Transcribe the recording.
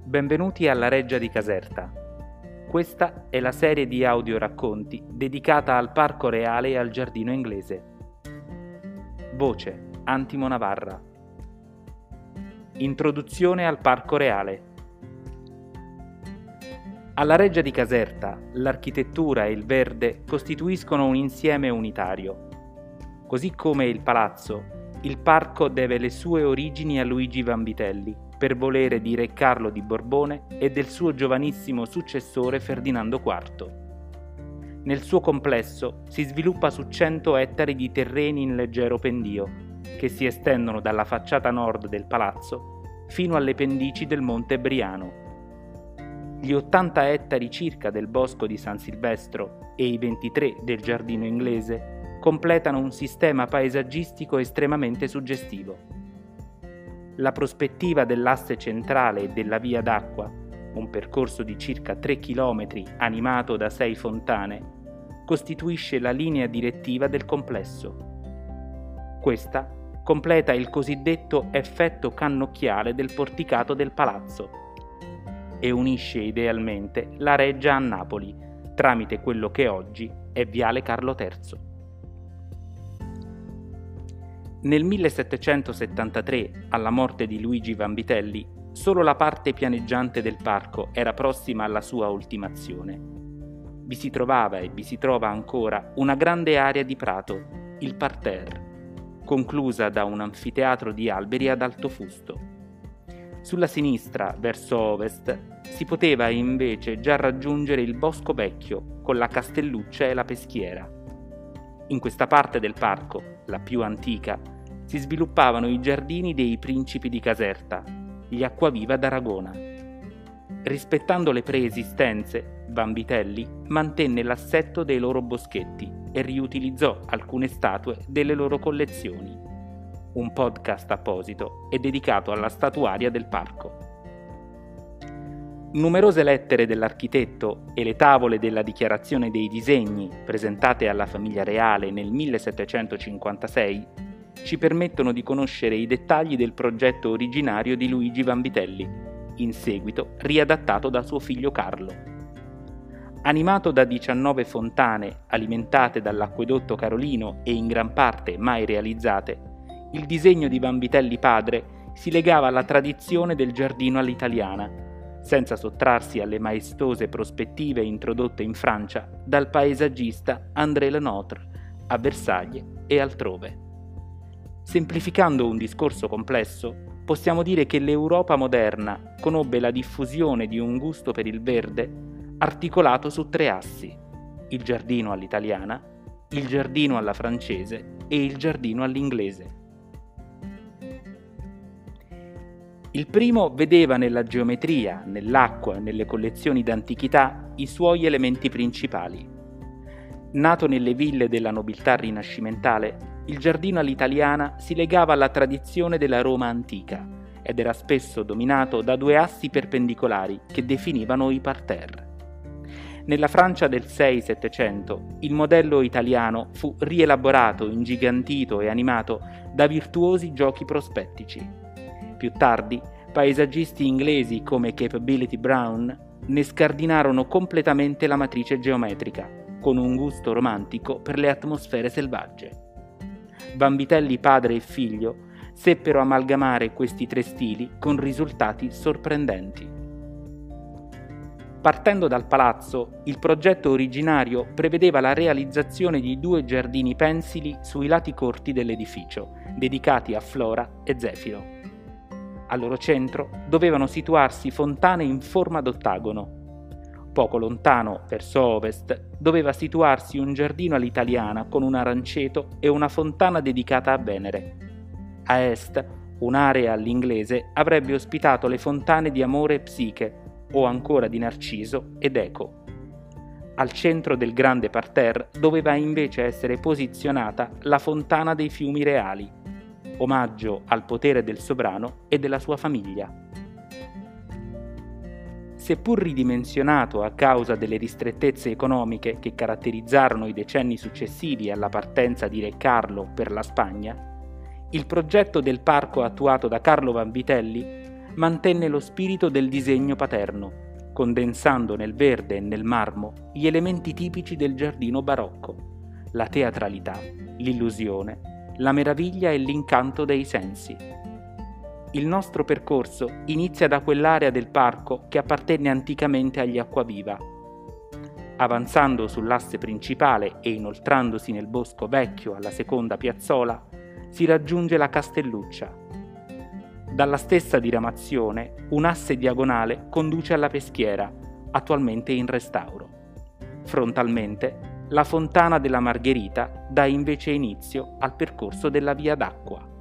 Benvenuti alla Reggia di Caserta. Questa è la serie di audioracconti dedicata al Parco Reale e al Giardino Inglese. Voce: Antimo Navarra. Introduzione al Parco Reale. Alla Reggia di Caserta, l'architettura e il verde costituiscono un insieme unitario. Così come il palazzo, il parco deve le sue origini a Luigi Vanvitelli, per volere di re Carlo di Borbone e del suo giovanissimo successore Ferdinando IV. Nel suo complesso si sviluppa su 100 ettari di terreni in leggero pendio, che si estendono dalla facciata nord del palazzo fino alle pendici del Monte Briano. Gli 80 ettari circa del bosco di San Silvestro e i 23 del Giardino Inglese completano un sistema paesaggistico estremamente suggestivo. La prospettiva dell'asse centrale e della via d'acqua, un percorso di circa 3 km animato da 6 fontane, costituisce la linea direttiva del complesso. Questa completa il cosiddetto effetto cannocchiale del porticato del palazzo e unisce idealmente la Reggia a Napoli tramite quello che oggi è Viale Carlo III. Nel 1773, alla morte di Luigi Vanvitelli, solo la parte pianeggiante del parco era prossima alla sua ultimazione. Vi si trovava e vi si trova ancora una grande area di prato, il parterre, conclusa da un anfiteatro di alberi ad alto fusto. Sulla sinistra, verso ovest, si poteva invece già raggiungere il Bosco Vecchio con la Castelluccia e la Peschiera. In questa parte del parco, la più antica, si sviluppavano i giardini dei principi di Caserta, gli Acquaviva d'Aragona. Rispettando le preesistenze, Vanvitelli mantenne l'assetto dei loro boschetti e riutilizzò alcune statue delle loro collezioni. Un podcast apposito è dedicato alla statuaria del parco. Numerose lettere dell'architetto e le tavole della dichiarazione dei disegni presentate alla famiglia reale nel 1756 ci permettono di conoscere i dettagli del progetto originario di Luigi Vanvitelli, in seguito riadattato da suo figlio Carlo. Animato da 19 fontane alimentate dall'acquedotto carolino e in gran parte mai realizzate, il disegno di Vanvitelli padre si legava alla tradizione del giardino all'italiana, senza sottrarsi alle maestose prospettive introdotte in Francia dal paesaggista André Lenotre a Versailles e altrove. Semplificando un discorso complesso, possiamo dire che l'Europa moderna conobbe la diffusione di un gusto per il verde articolato su 3 assi: il giardino all'italiana, il giardino alla francese e il giardino all'inglese. Il primo vedeva nella geometria, nell'acqua e nelle collezioni d'antichità i suoi elementi principali. Nato nelle ville della nobiltà rinascimentale, il giardino all'italiana si legava alla tradizione della Roma antica ed era spesso dominato da 2 assi perpendicolari che definivano i parterre. Nella Francia del 6-700 il modello italiano fu rielaborato, ingigantito e animato da virtuosi giochi prospettici. Più tardi, paesaggisti inglesi come Capability Brown ne scardinarono completamente la matrice geometrica, con un gusto romantico per le atmosfere selvagge. Vanvitelli padre e figlio seppero amalgamare questi 3 stili con risultati sorprendenti. Partendo dal palazzo, il progetto originario prevedeva la realizzazione di 2 giardini pensili sui lati corti dell'edificio, dedicati a Flora e Zefiro. Al loro centro dovevano situarsi fontane in forma d'ottagono. Poco lontano, verso ovest, doveva situarsi un giardino all'italiana con un aranceto e una fontana dedicata a Venere. A est, un'area all'inglese avrebbe ospitato le fontane di Amore e Psiche, o ancora di Narciso ed Eco. Al centro del grande parterre doveva invece essere posizionata la fontana dei fiumi reali, omaggio al potere del sovrano e della sua famiglia. Seppur ridimensionato a causa delle ristrettezze economiche che caratterizzarono i decenni successivi alla partenza di re Carlo per la Spagna, il progetto del parco attuato da Carlo Vanvitelli mantenne lo spirito del disegno paterno, condensando nel verde e nel marmo gli elementi tipici del giardino barocco: la teatralità, l'illusione, la meraviglia e l'incanto dei sensi. Il nostro percorso inizia da quell'area del parco che appartenne anticamente agli Acquaviva. Avanzando sull'asse principale e inoltrandosi nel bosco vecchio alla seconda piazzola, si raggiunge la Castelluccia. Dalla stessa diramazione, un asse diagonale conduce alla Peschiera, attualmente in restauro. Frontalmente, la Fontana della Margherita dà invece inizio al percorso della Via d'Acqua.